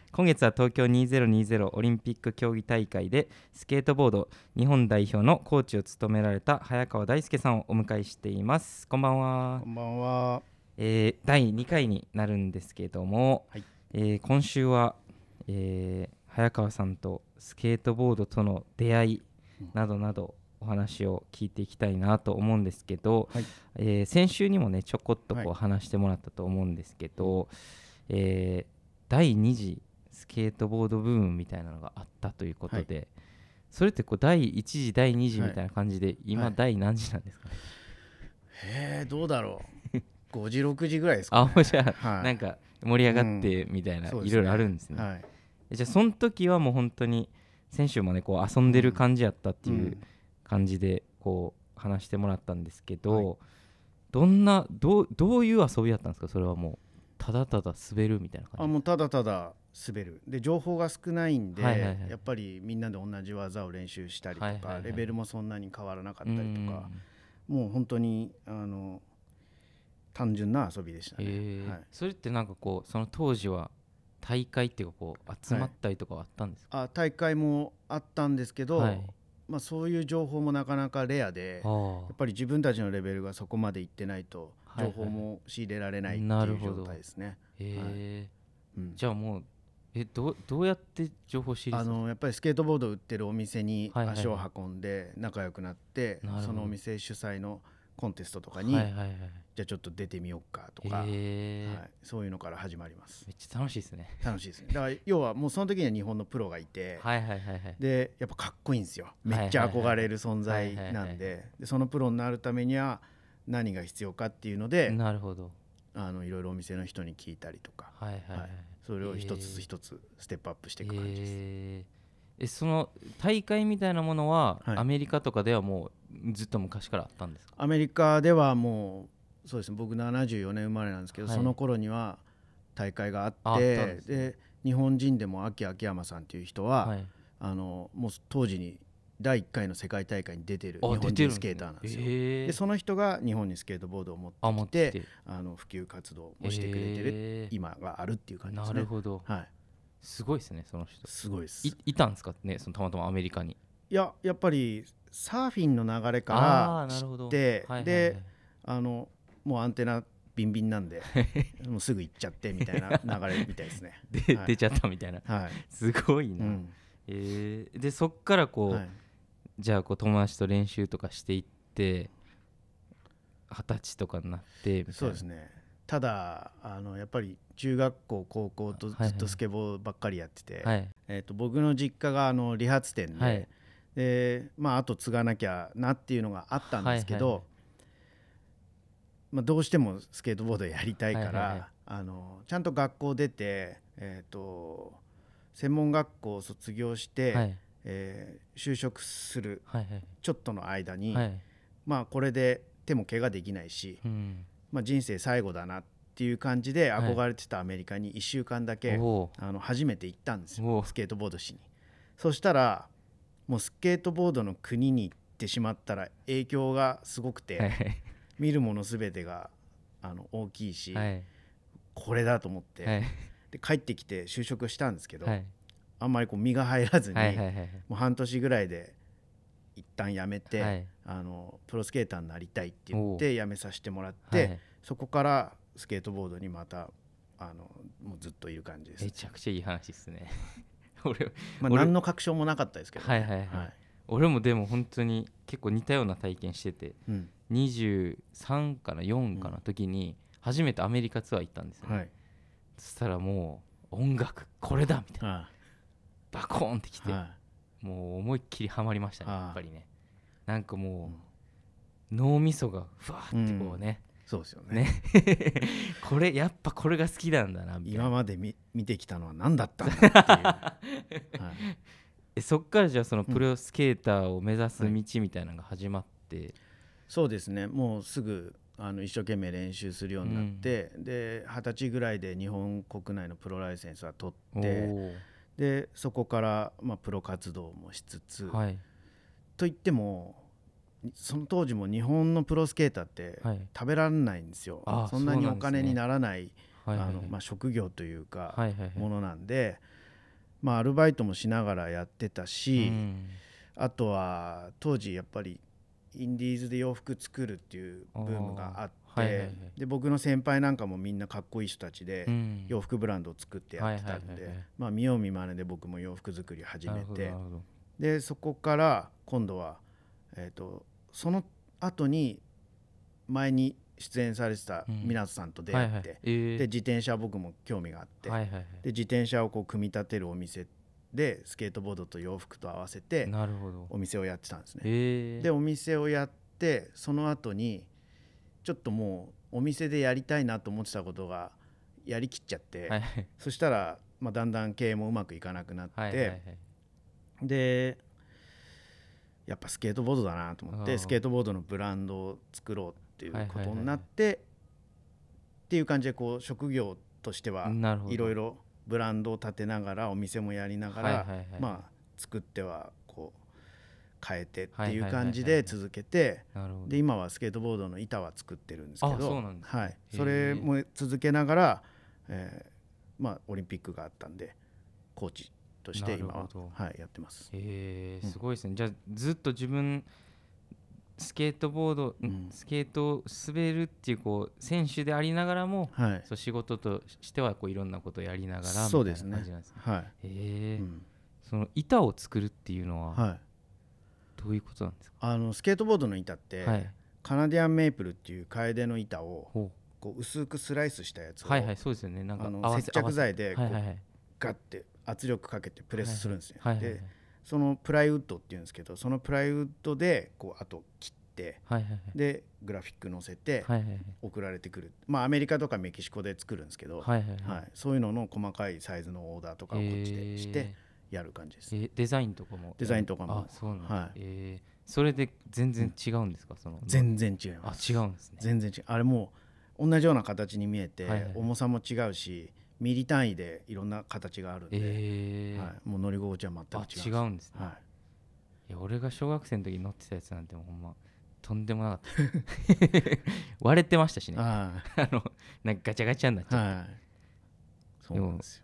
今月は東京2020オリンピック競技大会でスケートボード日本代表のコーチを務められた早川大輔さんをお迎えしています。こんばんは。 こんばんは。 第2回になるんですけども、 はい。 今週は、早川さんとスケートボードとの出会いなどなどお話を聞いていきたいなと思うんですけど、 はい。 先週にもねちょこっとこうはい話してもらったと思うんですけど、第2次スケートボードブームみたいなのがあったということで、それってこう第1次第2次みたいな感じで、今第何次なんですかね。 どうだろう。5時6時ぐらいですかね。 じゃあ、なんか盛り上がってみたいな、いろいろあるんですね。 はい。 じゃあその時はもう本当に先週もねこう遊んでる感じやったっていう感じでこう話してもらったんですけど、どういう遊びだったんですか。それはもうただただ滑るみたいな感じ。 もうただただ滑るで、情報が少ないんで、 やっぱりみんなで同じ技を練習したりとか、レベルもそんなに変わらなかったりとか、もう本当に単純な遊びでしたね。 それってなんかこうその当時は大会っていうかこう集まったりとかはあったんですか。 大会もあったんですけど、そういう情報もなかなかレアで、やっぱり自分たちのレベルがそこまでいってないと情報も仕入れられないっていう状態ですね。 じゃあもうどうやって情報を知りますか。 やっぱりスケートボードを売ってるお店に足を運んで仲良くなって、そのお店主催のコンテストとかに、じゃあちょっと出てみようかとか、そういうのから始まります。 めっちゃ楽しいですね。 楽しいですね。だから要はもうその時には日本のプロがいて、でやっぱかっこいいんですよ。めっちゃ憧れる存在なんで、そのプロになるためには何が必要かっていうので、 なるほど、 いろいろお店の人に聞いたりとか、それを一つ一つステップアップしていく感じです。 その大会みたいなものは、アメリカとかではもうずっと昔からあったんですか。 アメリカではもうそうですね、僕74年生まれなんですけど、その頃には大会があって、で日本人でも秋山さんっていう人は、もう当時に第1回の世界大会に出てる日本人スケーターなんですよ。でその人が日本にスケートボードを持ってきて普及活動をしてくれてる、今があるっていう感じですね。 なるほど、すごいですね。その人すごいです。 いたんですかね、そのたまたまアメリカに。 やっぱりサーフィンの流れから知って、でもうアンテナビンビンなんでもうすぐ行っちゃってみたいな流れみたいですね。 出ちゃったみたいな、すごいな。でそっからこう、じゃあこう友達と練習とかしていって20歳とかになってみたいな。 そうですね。ただやっぱり中学校高校とずっとスケボーばっかりやってて、僕の実家が理髪店で、あと継がなきゃなっていうのがあったんですけど、どうしてもスケートボードやりたいから、ちゃんと学校出て、専門学校を卒業して、就職するちょっとの間に、これで手も怪我できないし、人生最後だなっていう感じで憧れてたアメリカに1週間だけ、初めて行ったんですよ、スケートボードしに。そしたらもうスケートボードの国に行ってしまったら影響がすごくて、見るもの全てが大きいし、これだと思って、で帰ってきて就職したんですけど、あんまりこう身が入らずに、もう半年ぐらいで一旦辞めて、プロスケーターになりたいって言って辞めさせてもらって、そこからスケートボードにまたもうずっといる感じです。 めちゃくちゃいい話ですね。 何の確証もなかったですけど、 俺もでも本当に結構似たような体験してて、23かな4かの時に初めてアメリカツアー行ったんですよね。そしたらもう音楽これだみたいな、バコーンってきて、もう思いっきりハマりましたね。やっぱりね、なんかもう脳みそがふわーってこうね、 そうですよね。 これやっぱこれが好きなんだなみたいな。 今まで見てきたのは何だったんだっていう。 そっからじゃあそのプロスケーターを目指す道みたいなのが始まって、 そうですね。もうすぐ一生懸命練習するようになって、で20歳ぐらいで日本国内のプロライセンスは取って、でそこから、プロ活動もしつつ、といってもその当時も日本のプロスケーターって食べられないんですよ。そんなにお金にならない職業というかものなんで、 まあアルバイトもしながらやってたし、あとは当時やっぱりインディーズで洋服作るっていうブームがあって、で僕の先輩なんかもみんなかっこいい人たちで洋服ブランドを作ってやってたんで、まあ見よう見まねで僕も洋服作り始めて、でそこから今度はその後に前に出演されてた湊さんと出会って、で自転車僕も興味があって、で自転車をこう組み立てるお店でスケートボードと洋服と合わせてお店をやってたんですね。でお店をやってその後にちょっともうお店でやりたいなと思ってたことがやりきっちゃって、そしたらまあだんだん経営もうまくいかなくなって、でやっぱスケートボードだなと思ってスケートボードのブランドを作ろうっていうことになってっていう感じでこう職業としてはいろいろブランドを立てながらお店もやりながらまあ作ってはこう変えてっていう感じで続けて、で今はスケートボードの板は作ってるんですけど、それも続けながらまあオリンピックがあったんでコーチとして今はやってます。 すごいですね。じゃあずっと自分スケートボード、スケートを滑るっていうこう選手でありながらも、そう仕事としてはこういろんなことをやりながらみたいな感じなんですね。その板を作るっていうのはどういうことなんですか？ スケートボードの板って、カナディアンメイプルっていうカエデの板をこう薄くスライスしたやつを、 そうですよね。なんか接着剤でこうガッて圧力かけてプレスするんですね。でそのプライウッドっていうんですけど、そのプライウッドでこうあと切って、でグラフィック載せて送られてくる、まあアメリカとかメキシコで作るんですけど、そういうのの細かいサイズのオーダーとかをこっちでしてやる感じです。 デザインとかもそうなんです。それで全然違うんですか？ 全然違います。 違うんですね。 全然違う。あれもう同じような形に見えて、重さも違うしミリ単位でいろんな形があるんで、もう乗り心地は全く違うんですね。 いや俺が小学生の時に乗ってたやつなんてほんまとんでもなかった割れてましたしね。なんかガチャガチャになっちゃって、 そうなんですよ。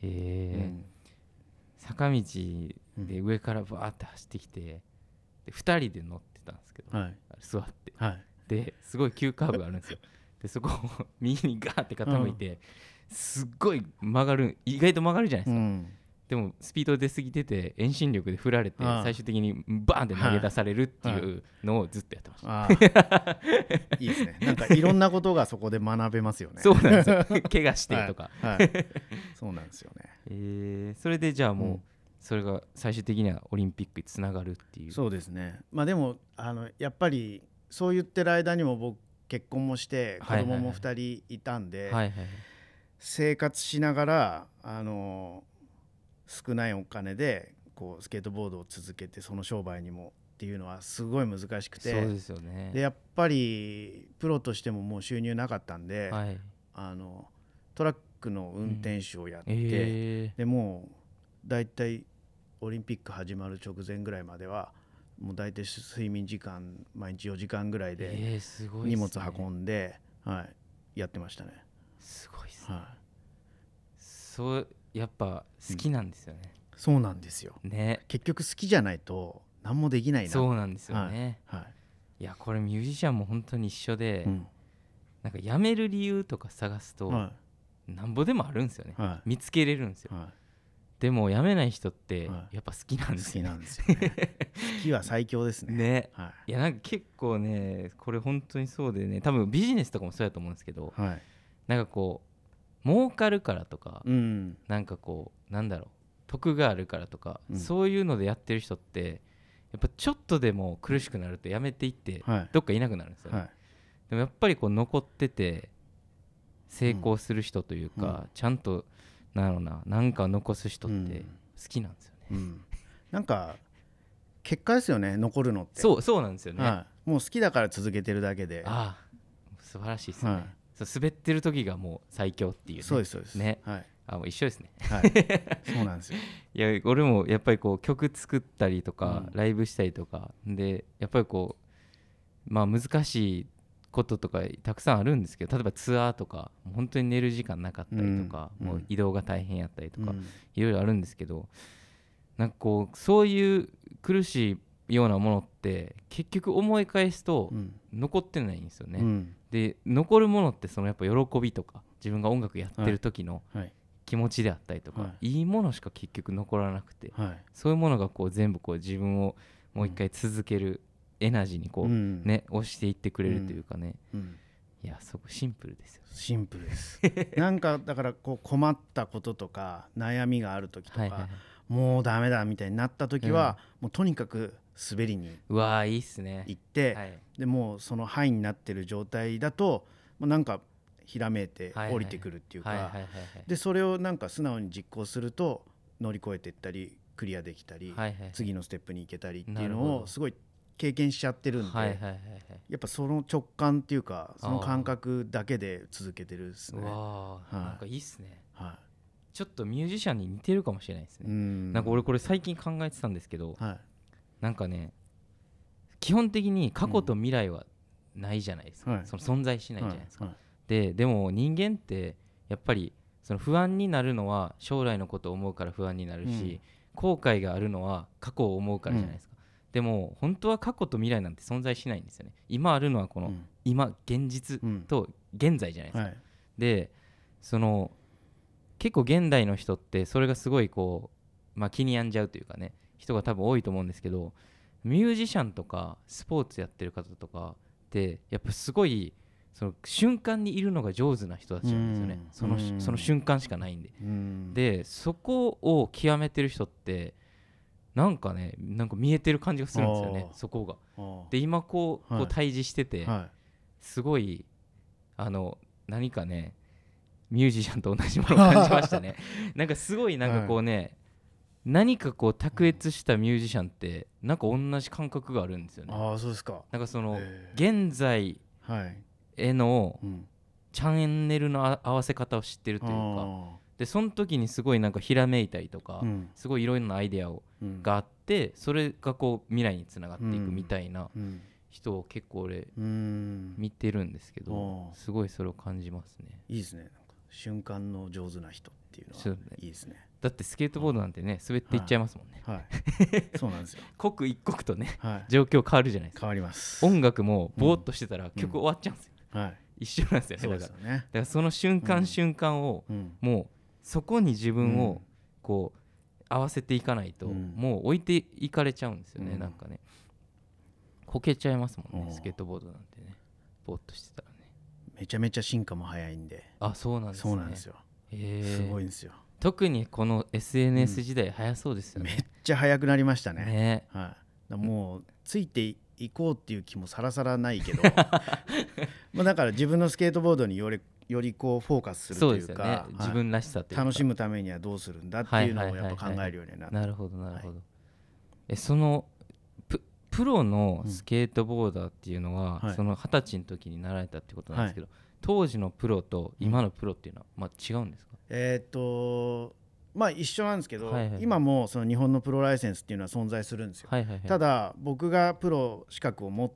坂道で上からバーって走ってきて、で2人で乗ってたんですけど、座って、ですごい急カーブがあるんですよ。でそこを右にガーって傾いて、すっごい曲がる、意外と曲がるじゃないですか。でもスピード出過ぎてて遠心力で振られて最終的にバーンって投げ出されるっていうのをずっとやってました。 いいですね。なんかいろんなことがそこで学べますよね。 そうなんですよ。怪我してとか。 そうなんですよね。 それでじゃあもうそれが最終的にはオリンピックにつながるっていう。 そうですね。まあでもやっぱりそう言ってる間にも僕結婚もして子供も2人いたんで、生活しながら少ないお金でこうスケートボードを続けてその商売にもっていうのはすごい難しくて、 そうですよね。 でやっぱりプロとしてももう収入なかったんで、トラックの運転手をやって、でもうだいたいオリンピック始まる直前ぐらいまではもうだいたい睡眠時間毎日4時間ぐらいで荷物運んで、やってましたね。 すごいですね。そうやっぱ好きなんですよね。 そうなんですよね。結局好きじゃないと何もできないな。 そうなんですよね。いやこれミュージシャンも本当に一緒で、なんか辞める理由とか探すとなんぼでもあるんですよね。見つけれるんですよ。でも辞めない人ってやっぱ好きなんですよね。 好きなんですよね。好きは最強ですね。 いやなんか結構ねこれ本当にそうでね、多分ビジネスとかもそうやと思うんですけど、なんかこう儲かるからとか、なんかこうなんだろう得があるからとか、そういうのでやってる人ってやっぱちょっとでも苦しくなるとやめていってどっかいなくなるんですよね。でもやっぱりこう残ってて成功する人というか、ちゃんとなんか残す人って好きなんですよね。 なんか結果ですよね、残るのって。 そうなんですよね。 もう好きだから続けてるだけで。 素晴らしいですね。滑ってる時がもう最強っていうね。 そうですそうですね。もう一緒ですね。 そうなんですよ。 いや俺もやっぱりこう曲作ったりとか、ライブしたりとかでやっぱりこうまあ難しいこととかたくさんあるんですけど、例えばツアーとか本当に寝る時間なかったりとか、もう移動が大変やったりとか、いろいろあるんですけど、なんかこうそういう苦しいようなものって結局思い返すと残ってないんですよね、で残るものってそのやっぱ喜びとか自分が音楽やってる時の気持ちであったりとか、いいものしか結局残らなくて、そういうものがこう全部こう自分をもう一回続けるエナジーにこうね、押していってくれるというかね、いやすごくシンプルですよ、 シンプルですなんかだからこう困ったこととか悩みがある時とか、もうダメだみたいになった時は、もうとにかく滑りに行って、でもうその範囲になってる状態だともうなんかひらめいて降りてくるっていうか、でそれをなんか素直に実行すると乗り越えていったりクリアできたり、次のステップに行けたりっていうのをすごい経験しちゃってるんで、やっぱその直感っていうかその感覚だけで続けてるですね。 なんかいいっすね、ちょっとミュージシャンに似てるかもしれないですね。なんか俺これ最近考えてたんですけど、なんかね基本的に過去と未来はないじゃないですか、その存在しないじゃないですか、でも人間ってやっぱりその不安になるのは将来のことを思うから不安になるし、後悔があるのは過去を思うからじゃないですか、でも本当は過去と未来なんて存在しないんですよね。今あるのはこの今現実と現在じゃないですか、でその結構現代の人ってそれがすごいこう、気に病んじゃうというかね人が多分多いと思うんですけど、ミュージシャンとかスポーツやってる方とかってやっぱすごいその瞬間にいるのが上手な人たちなんですよね、その瞬間しかないんで、でそこを極めてる人ってなんかねなんか見えてる感じがするんですよね、そこが。で今こう対峙してて、すごい何かねミュージシャンと同じものを感じましたねなんかすごいなんかこうね、何かこう卓越したミュージシャンってなんか同じ感覚があるんですよね。 そうですか。 なんかその現在へのチャンネルの合わせ方を知ってるというか、でその時にすごいなんかひらめいたりとか、すごいいろいろなアイデアがあって、それがこう未来につながっていくみたいな人を結構俺見てるんですけど、すごいそれを感じますね。 いいですね。瞬間の上手な人っていうのはいいですね。 だってスケートボードなんてね滑っていっちゃいますもんね、 そうなんですよ刻一刻とね、状況変わるじゃないですか。 変わります。 音楽もぼーっとしてたら曲終わっちゃうんですよ、一緒なんですよね。だからその瞬間瞬間をもうそこに自分をこう合わせていかないともう置いていかれちゃうんですよね、なんかねこけちゃいますもんね、スケートボードなんてねぼーっとしてたらね。 めちゃめちゃ進化も早いんで。 そうなんですね。 そうなんですよ。すごいんですよ。 特にこの SNS 時代早そうですよね、 めっちゃ早くなりましたね。もうついていこうっていう気もさらさらないけどだから自分のスケートボードによりこうフォーカスするというか、 自分らしさというか楽しむためにはどうするんだっていうのをやっぱ考えるようになって。 なるほどなるほど。そのプロのスケートボーダーっていうのは、その20歳の時になられたってことなんですけど、当時のプロと今のプロっていうのは違うんですか？ 一緒なんですけど、今もその日本のプロライセンスっていうのは存在するんですよ。ただ僕がプロ資格を持って、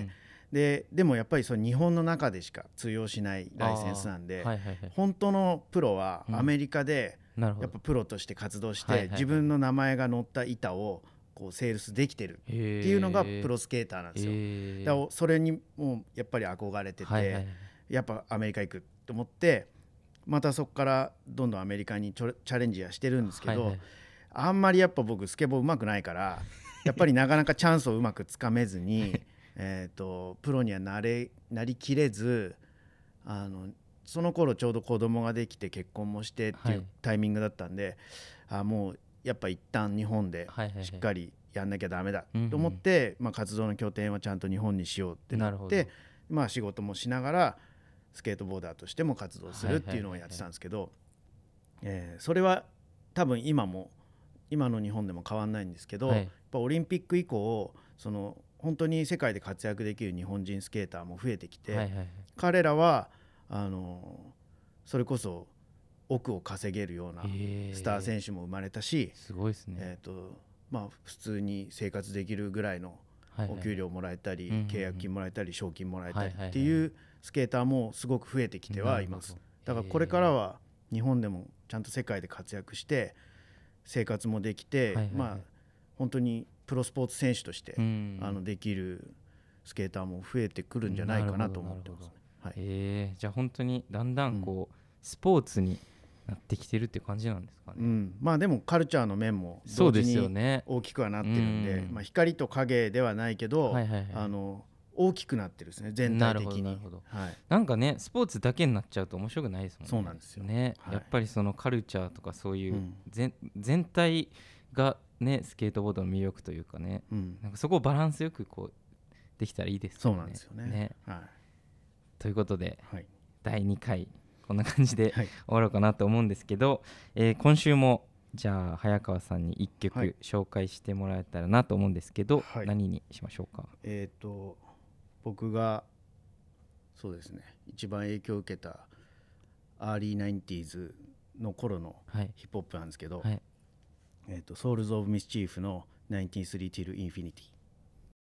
でもやっぱりその日本の中でしか通用しないライセンスなんで、本当のプロはアメリカでやっぱプロとして活動して、自分の名前が載った板をこうセールスできてるっていうのがプロスケーターなんですよ。だからそれにもやっぱり憧れてて、やっぱアメリカ行くと思ってまたそこからどんどんアメリカにチャレンジはしてるんですけど、あんまりやっぱ僕スケボー上手くないからやっぱりなかなかチャンスをうまくつかめずにプロにはなりきれず、その頃ちょうど子供ができて結婚もしてっていうタイミングだったんで、もうやっぱ一旦日本でしっかりやんなきゃダメだと思って、活動の拠点はちゃんと日本にしようってなって、仕事もしながらスケートボーダーとしても活動するっていうのをやってたんですけど、それは多分今の日本でも変わんないんですけど、やっぱオリンピック以降その本当に世界で活躍できる日本人スケーターも増えてきて、彼らはそれこそ億を稼げるようなスター選手も生まれたし、 すごいですね。 普通に生活できるぐらいのお給料もらえたり、契約金もらえたり賞金もらえたりっていうスケーターもすごく増えてきてはいます。だからこれからは日本でもちゃんと世界で活躍して生活もできて、まあ本当にプロスポーツ選手としてできるスケーターも増えてくるんじゃないかなと思ってますね。 じゃあ本当にだんだんこう、スポーツになってきてるっていう感じなんですかね。 まあでもカルチャーの面も同時に大きくはなってるんで、まあ、光と影ではないけど、大きくなってるですね、全体的に。 なんかねスポーツだけになっちゃうと面白くないですもんね。 そうなんですよね、やっぱりそのカルチャーとかそういう全体がねスケートボードの魅力というかね、なんかそこをバランスよくこうできたらいいですよね。 そうなんですよね。 ということで、第2回こんな感じで終わろうかなと思うんですけど、今週もじゃあ早川さんに1曲紹介してもらえたらなと思うんですけど、何にしましょうか。 僕がそうですね一番影響を受けたアーリーナインティーズの頃のヒップホップなんですけど、ソウルズ・オブ・ミスチーフの1930 Till Infinity